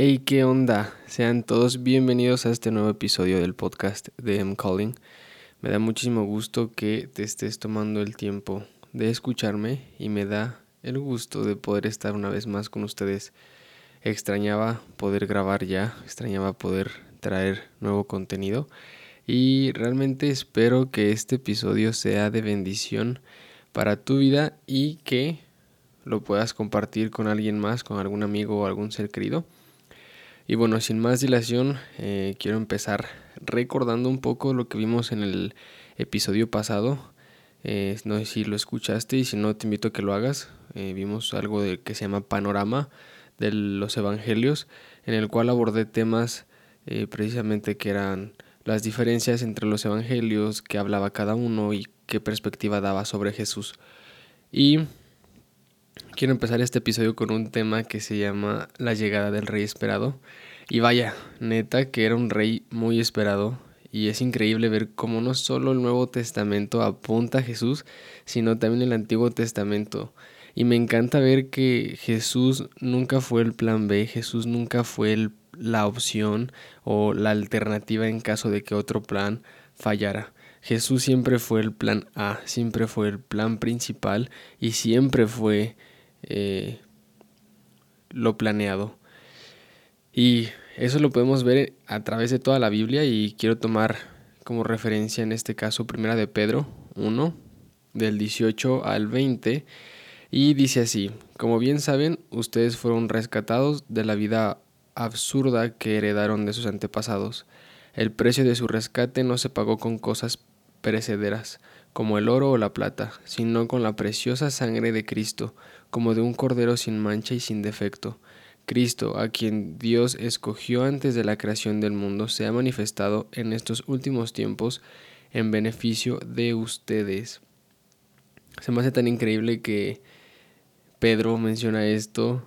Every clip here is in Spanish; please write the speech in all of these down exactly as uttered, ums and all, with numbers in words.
Hey, ¿qué onda? Sean todos bienvenidos a este nuevo episodio del podcast de M Calling. Me da muchísimo gusto que te estés tomando el tiempo de escucharme y me da el gusto de poder estar una vez más con ustedes. Extrañaba poder grabar ya, extrañaba poder traer nuevo contenido y realmente espero que este episodio sea de bendición para tu vida y que lo puedas compartir con alguien más, con algún amigo o algún ser querido. Y bueno, sin más dilación, eh, quiero empezar recordando un poco lo que vimos en el episodio pasado. Eh, no sé si lo escuchaste y si no te invito a que lo hagas. Eh, vimos algo de, que se llama Panorama de los Evangelios, en el cual abordé temas eh, precisamente que eran las diferencias entre los Evangelios, qué hablaba cada uno y qué perspectiva daba sobre Jesús. Y quiero empezar este episodio con un tema que se llama La llegada del rey esperado. Y vaya, neta que era un rey muy esperado. Y es increíble ver cómo no solo el Nuevo Testamento apunta a Jesús, sino también el Antiguo Testamento. Y me encanta ver que Jesús nunca fue el plan B, Jesús nunca fue el, la opción o la alternativa en caso de que otro plan fallara. Jesús siempre fue el plan A, siempre fue el plan principal y siempre fue eh, lo planeado. Y eso lo podemos ver a través de toda la Biblia y quiero tomar como referencia en este caso Primera de Pedro uno, del dieciocho al veinte, y dice así: como bien saben, ustedes fueron rescatados de la vida absurda que heredaron de sus antepasados. El precio de su rescate no se pagó con cosas perecederas, como el oro o la plata, sino con la preciosa sangre de Cristo, como de un cordero sin mancha y sin defecto. Cristo, a quien Dios escogió antes de la creación del mundo, se ha manifestado en estos últimos tiempos en beneficio de ustedes. Se me hace tan increíble que Pedro menciona esto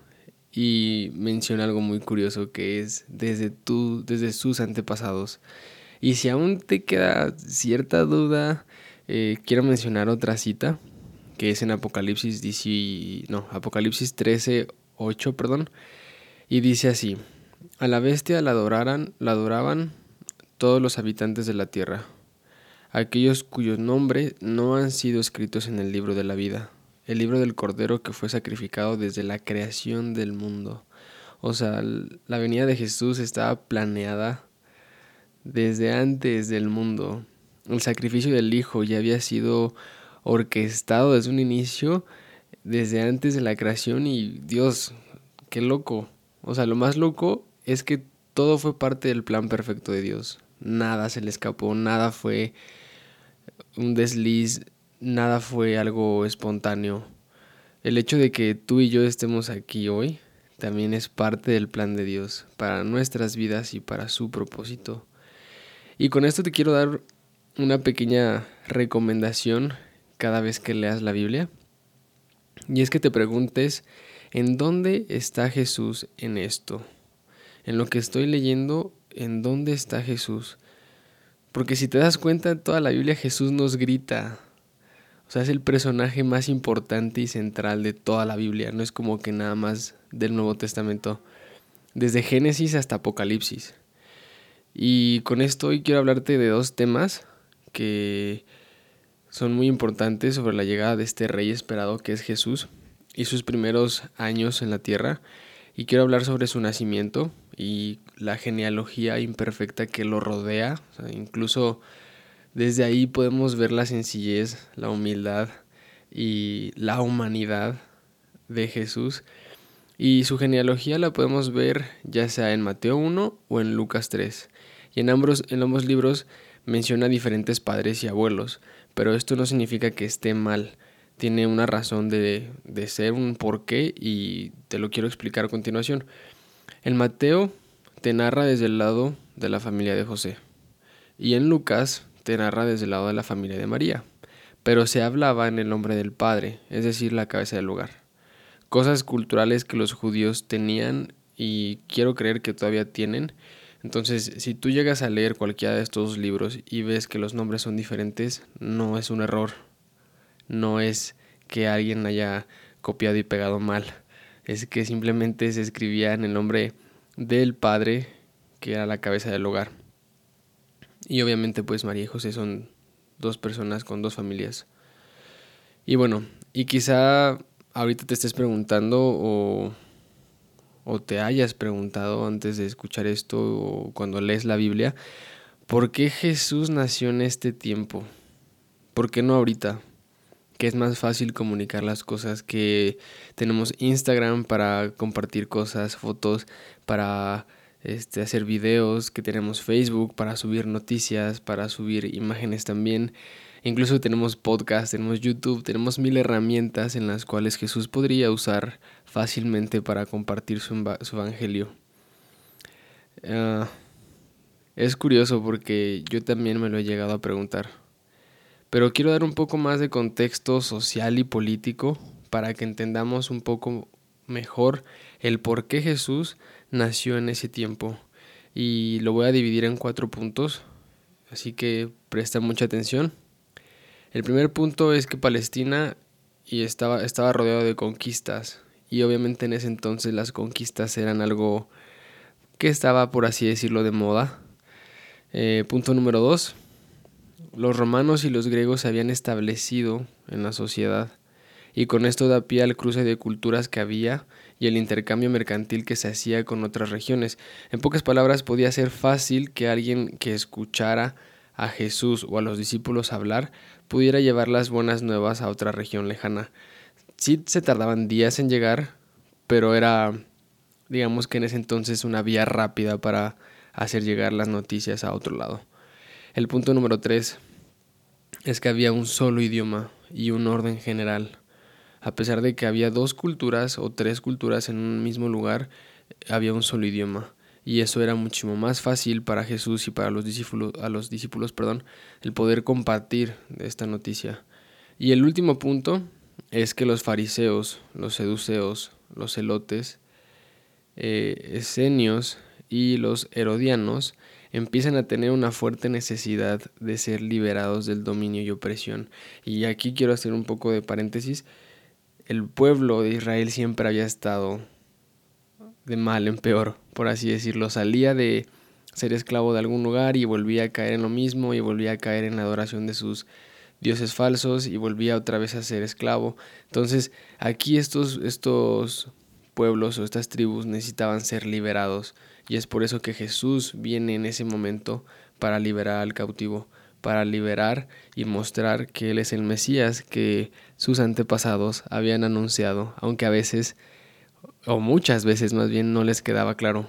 y menciona algo muy curioso, que es desde tú, desde sus antepasados. Y si aún te queda cierta duda, eh, quiero mencionar otra cita que es en Apocalipsis diez, no, Apocalipsis trece ocho, perdón, y dice así: a la bestia la adoraran, la adoraban todos los habitantes de la tierra, aquellos cuyos nombres no han sido escritos en el libro de la vida, el libro del Cordero que fue sacrificado desde la creación del mundo. O sea, la venida de Jesús estaba planeada desde antes del mundo. El sacrificio del Hijo ya había sido orquestado desde un inicio, desde antes de la creación. Y Dios, qué loco. O sea, lo más loco es que todo fue parte del plan perfecto de Dios. Nada se le escapó, nada fue un desliz, nada fue algo espontáneo. El hecho de que tú y yo estemos aquí hoy también es parte del plan de Dios para nuestras vidas y para su propósito. Y con esto te quiero dar una pequeña recomendación cada vez que leas la Biblia. Y es que te preguntes, ¿en dónde está Jesús en esto? En lo que estoy leyendo, ¿en dónde está Jesús? Porque si te das cuenta, en toda la Biblia Jesús nos grita. O sea, es el personaje más importante y central de toda la Biblia. No es como que nada más del Nuevo Testamento. Desde Génesis hasta Apocalipsis. Y con esto hoy quiero hablarte de dos temas que son muy importantes sobre la llegada de este rey esperado que es Jesús y sus primeros años en la tierra. Y quiero hablar sobre su nacimiento y la genealogía imperfecta que lo rodea. O sea, incluso desde ahí podemos ver la sencillez, la humildad y la humanidad de Jesús. Y su genealogía la podemos ver ya sea en Mateo uno o en Lucas tres. Y en ambos, en ambos libros menciona diferentes padres y abuelos, pero esto no significa que esté mal. Tiene una razón de, de ser, un porqué, y te lo quiero explicar a continuación. En Mateo te narra desde el lado de la familia de José, y en Lucas te narra desde el lado de la familia de María, pero se hablaba en el nombre del Padre, es decir, la cabeza del hogar. Cosas culturales que los judíos tenían y quiero creer que todavía tienen. Entonces, si tú llegas a leer cualquiera de estos libros y ves que los nombres son diferentes, no es un error, no es que alguien haya copiado y pegado mal, es que simplemente se escribía en el nombre del padre que era la cabeza del hogar. Y obviamente pues María y José son dos personas con dos familias. Y bueno, y quizá ahorita te estés preguntando o, o te hayas preguntado antes de escuchar esto o cuando lees la Biblia, ¿por qué Jesús nació en este tiempo? ¿Por qué no ahorita? Que es más fácil comunicar las cosas, que tenemos Instagram para compartir cosas, fotos, para este, hacer videos, que tenemos Facebook para subir noticias, para subir imágenes también. Incluso tenemos podcast, tenemos YouTube, tenemos mil herramientas en las cuales Jesús podría usar fácilmente para compartir su, su evangelio. Uh, es curioso porque yo también me lo he llegado a preguntar. Pero quiero dar un poco más de contexto social y político para que entendamos un poco mejor el por qué Jesús nació en ese tiempo. Y lo voy a dividir en cuatro puntos, así que presta mucha atención. El primer punto es que Palestina y estaba, estaba rodeado de conquistas, y obviamente en ese entonces las conquistas eran algo que estaba, por así decirlo, de moda. Eh, punto número dos. Los romanos y los griegos se habían establecido en la sociedad, y con esto da pie al cruce de culturas que había y el intercambio mercantil que se hacía con otras regiones. En pocas palabras, podía ser fácil que alguien que escuchara a Jesús o a los discípulos hablar pudiera llevar las buenas nuevas a otra región lejana. Sí se tardaban días en llegar, pero era, digamos que en ese entonces, una vía rápida para hacer llegar las noticias a otro lado. El punto número tres es que había un solo idioma y un orden general. A pesar de que había dos culturas o tres culturas en un mismo lugar, había un solo idioma. Y eso era muchísimo más fácil para Jesús y para los discípulos, a los discípulos, perdón, el poder compartir esta noticia. Y el último punto es que los fariseos, los seduceos, los celotes, eh, esenios y los herodianos empiezan a tener una fuerte necesidad de ser liberados del dominio y opresión. Y aquí quiero hacer un poco de paréntesis. El pueblo de Israel siempre había estado de mal en peor, por así decirlo. Salía de ser esclavo de algún lugar y volvía a caer en lo mismo, y volvía a caer en la adoración de sus dioses falsos, y volvía otra vez a ser esclavo. Entonces aquí estos, estos pueblos o estas tribus necesitaban ser liberados, y es por eso que Jesús viene en ese momento para liberar al cautivo, para liberar y mostrar que Él es el Mesías que sus antepasados habían anunciado, aunque a veces, o muchas veces más bien, no les quedaba claro.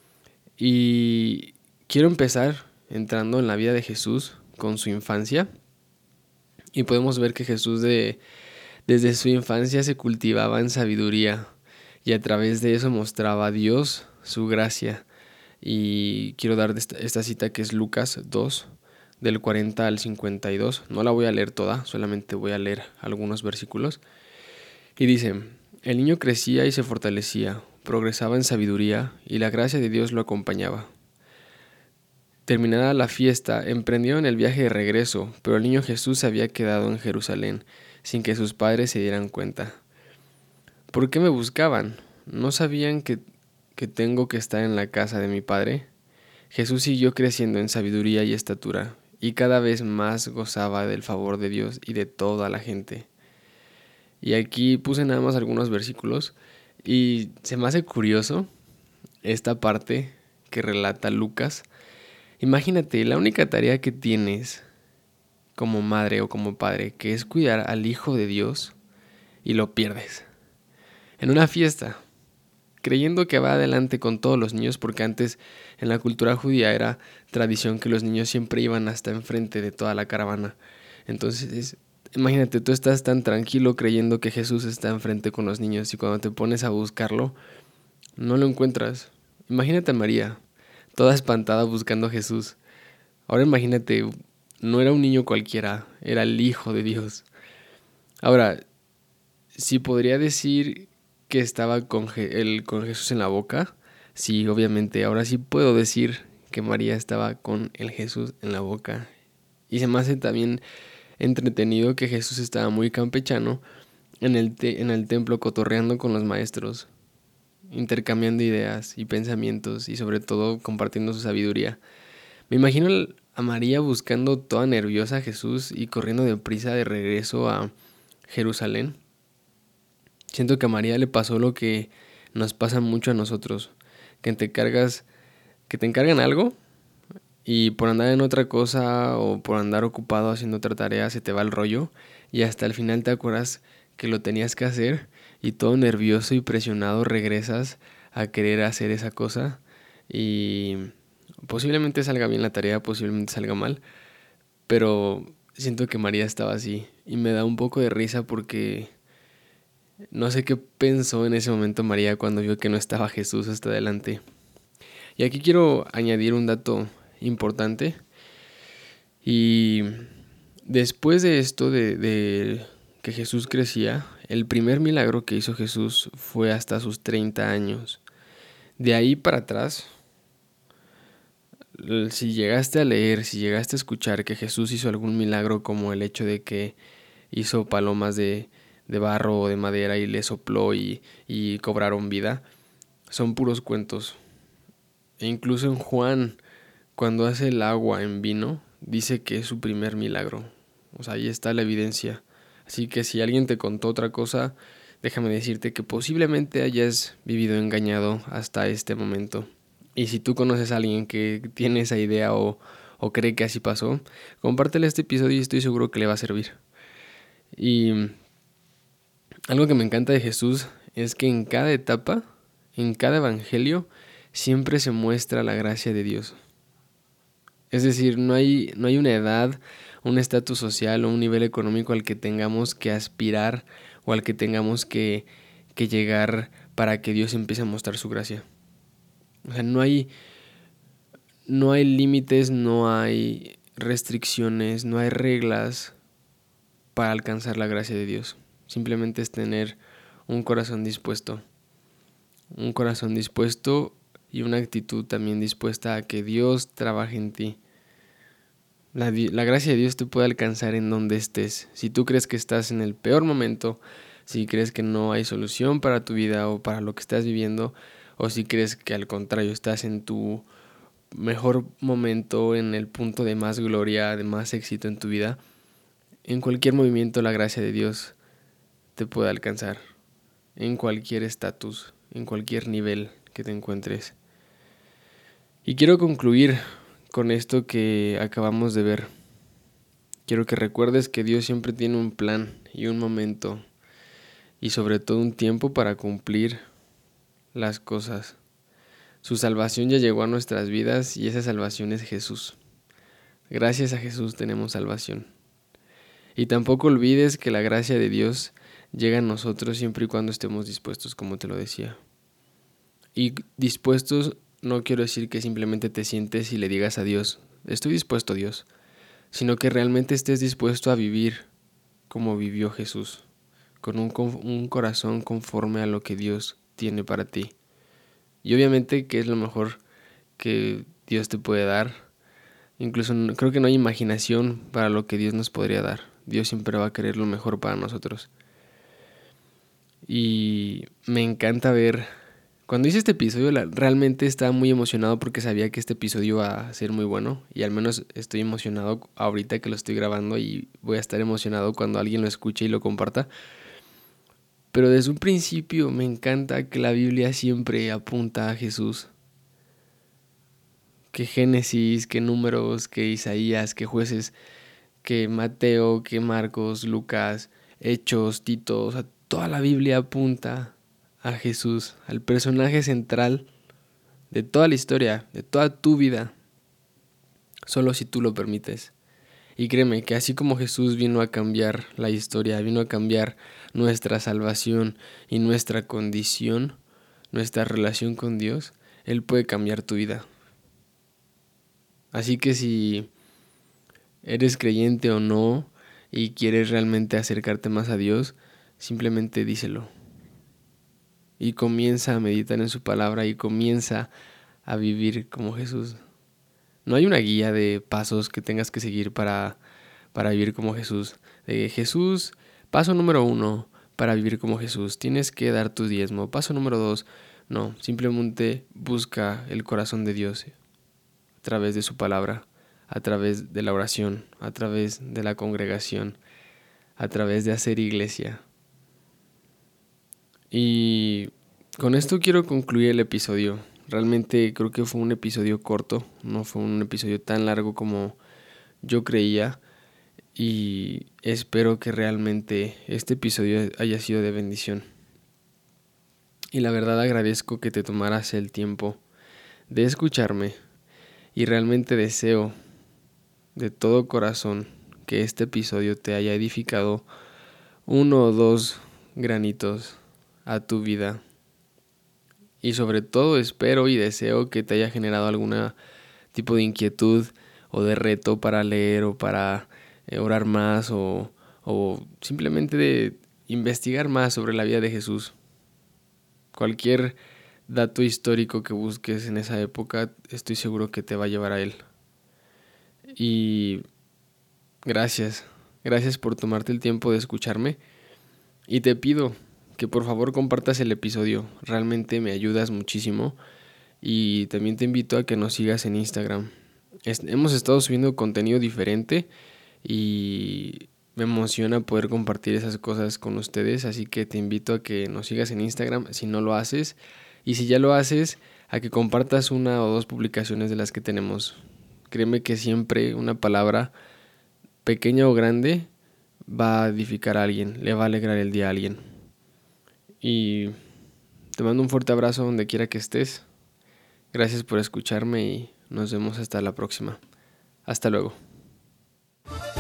Y quiero empezar entrando en la vida de Jesús con su infancia, y podemos ver que Jesús de, desde su infancia se cultivaba en sabiduría, y a través de eso mostraba a Dios su gracia. Y quiero dar esta, esta cita que es Lucas dos, del cuarenta al cincuenta y dos. No la voy a leer toda, solamente voy a leer algunos versículos. Y dice: el niño crecía y se fortalecía, progresaba en sabiduría, y la gracia de Dios lo acompañaba. Terminada la fiesta, emprendieron el viaje de regreso, pero el niño Jesús se había quedado en Jerusalén, sin que sus padres se dieran cuenta. ¿Por qué me buscaban? ¿No sabían que, que tengo que estar en la casa de mi padre? Jesús siguió creciendo en sabiduría y estatura, y cada vez más gozaba del favor de Dios y de toda la gente. Y aquí puse nada más algunos versículos, y se me hace curioso esta parte que relata Lucas. Imagínate, la única tarea que tienes como madre o como padre, que es cuidar al Hijo de Dios, y lo pierdes en una fiesta, creyendo que va adelante con todos los niños, porque antes en la cultura judía era tradición que los niños siempre iban hasta enfrente de toda la caravana. Entonces, imagínate, tú estás tan tranquilo creyendo que Jesús está enfrente con los niños, y cuando te pones a buscarlo, no lo encuentras. Imagínate a María, toda espantada buscando a Jesús. Ahora imagínate, no era un niño cualquiera, era el Hijo de Dios. Ahora, si podría decir que estaba con, Je- el, con Jesús en la boca, sí, obviamente. Ahora sí puedo decir que María estaba con el Jesús en la boca. Y se me hace también entretenido que Jesús estaba muy campechano en el, te- en el templo cotorreando con los maestros. intercambiando ideas y pensamientos y sobre todo compartiendo su sabiduría. Me imagino a María buscando toda nerviosa a Jesús y corriendo deprisa de regreso a Jerusalén. Siento que a María le pasó lo que nos pasa mucho a nosotros, que te cargas, que te encargan algo y por andar en otra cosa o por andar ocupado haciendo otra tarea se te va el rollo y hasta el final te acuerdas que lo tenías que hacer y todo nervioso y presionado regresas a querer hacer esa cosa y posiblemente salga bien la tarea, posiblemente salga mal, pero siento que María estaba así y me da un poco de risa porque no sé qué pensó en ese momento María cuando vio que no estaba Jesús hasta adelante. Y aquí quiero añadir un dato importante. Y después de esto, de, de que Jesús crecía, el primer milagro que hizo Jesús fue hasta sus treinta años. De ahí para atrás, si llegaste a leer, si llegaste a escuchar que Jesús hizo algún milagro como el hecho de que hizo palomas de, de barro o de madera y le sopló y, y cobraron vida, son puros cuentos. E incluso en Juan, cuando hace el agua en vino, dice que es su primer milagro. O sea, ahí está la evidencia. Así que si alguien te contó otra cosa, déjame decirte que posiblemente hayas vivido engañado hasta este momento. Y si tú conoces a alguien que tiene esa idea o, o cree que así pasó, compártele este episodio y estoy seguro que le va a servir. Y algo que me encanta de Jesús es que en cada etapa, en cada evangelio, siempre se muestra la gracia de Dios. Es decir, no hay, no hay una edad, un estatus social o un nivel económico al que tengamos que aspirar o al que tengamos que, que llegar para que Dios empiece a mostrar su gracia. O sea, no hay, no hay límites, no hay restricciones, no hay reglas para alcanzar la gracia de Dios. Simplemente es tener un corazón dispuesto. Un corazón dispuesto y una actitud también dispuesta a que Dios trabaje en ti. La, la gracia de Dios te puede alcanzar en donde estés. Si tú crees que estás en el peor momento, si crees que no hay solución para tu vida o para lo que estás viviendo, o si crees que al contrario estás en tu mejor momento, en el punto de más gloria, de más éxito en tu vida, en cualquier movimiento la gracia de Dios te puede alcanzar, en cualquier estatus, en cualquier nivel que te encuentres. Y quiero concluir con esto que acabamos de ver. Quiero que recuerdes que Dios siempre tiene un plan y un momento y sobre todo un tiempo para cumplir las cosas. Su salvación ya llegó a nuestras vidas y esa salvación es Jesús. Gracias a Jesús tenemos salvación. Y tampoco olvides que la gracia de Dios llega a nosotros siempre y cuando estemos dispuestos, como te lo decía. Y dispuestos no quiero decir que simplemente te sientes y le digas a Dios, estoy dispuesto, Dios, sino que realmente estés dispuesto a vivir como vivió Jesús, con un, un corazón conforme a lo que Dios tiene para ti. Y obviamente que es lo mejor que Dios te puede dar. Incluso creo que no hay imaginación para lo que Dios nos podría dar. Dios siempre va a querer lo mejor para nosotros. Y me encanta ver... Cuando hice este episodio realmente estaba muy emocionado porque sabía que este episodio iba a ser muy bueno. Y al menos estoy emocionado ahorita que lo estoy grabando y voy a estar emocionado cuando alguien lo escuche y lo comparta. Pero desde un principio me encanta que la Biblia siempre apunta a Jesús. Que Génesis, que Números, que Isaías, que Jueces, que Mateo, que Marcos, Lucas, Hechos, Tito, o sea, toda la Biblia apunta a Jesús, al personaje central de toda la historia, de toda tu vida, solo si tú lo permites. Y créeme que así como Jesús vino a cambiar la historia, vino a cambiar nuestra salvación y nuestra condición, nuestra relación con Dios, Él puede cambiar tu vida. Así que si eres creyente o no y quieres realmente acercarte más a Dios, simplemente díselo. Y comienza a meditar en su palabra y comienza a vivir como Jesús. No hay una guía de pasos que tengas que seguir para, para vivir como Jesús. De Jesús, paso número uno, para vivir como Jesús, tienes que dar tu diezmo. Paso número dos, No, simplemente busca el corazón de Dios a través de su palabra, a través de la oración, a través de la congregación, a través de hacer iglesia. Y con esto quiero concluir el episodio. Realmente creo que fue un episodio corto, no fue un episodio tan largo como yo creía. Y espero que realmente este episodio haya sido de bendición. Y la verdad agradezco que te tomaras el tiempo de escucharme y realmente deseo de todo corazón que este episodio te haya edificado uno o dos granitos a tu vida. Y sobre todo espero y deseo que te haya generado algún tipo de inquietud o de reto para leer o para eh, orar más o, o simplemente de investigar más sobre la vida de Jesús. Cualquier dato histórico que busques en esa época, estoy seguro que te va a llevar a él. Y gracias, gracias por tomarte el tiempo de escucharme. Y te pido que por favor compartas el episodio, realmente me ayudas muchísimo. Y también te invito a que nos sigas en Instagram. Es, hemos estado subiendo contenido diferente y me emociona poder compartir esas cosas con ustedes, así que te invito a que nos sigas en Instagram si no lo haces, y si ya lo haces, a que compartas una o dos publicaciones de las que tenemos. Créeme que siempre una palabra, pequeña o grande, va a edificar a alguien, le va a alegrar el día a alguien. Y te mando un fuerte abrazo donde quiera que estés. Gracias por escucharme y nos vemos hasta la próxima. Hasta luego.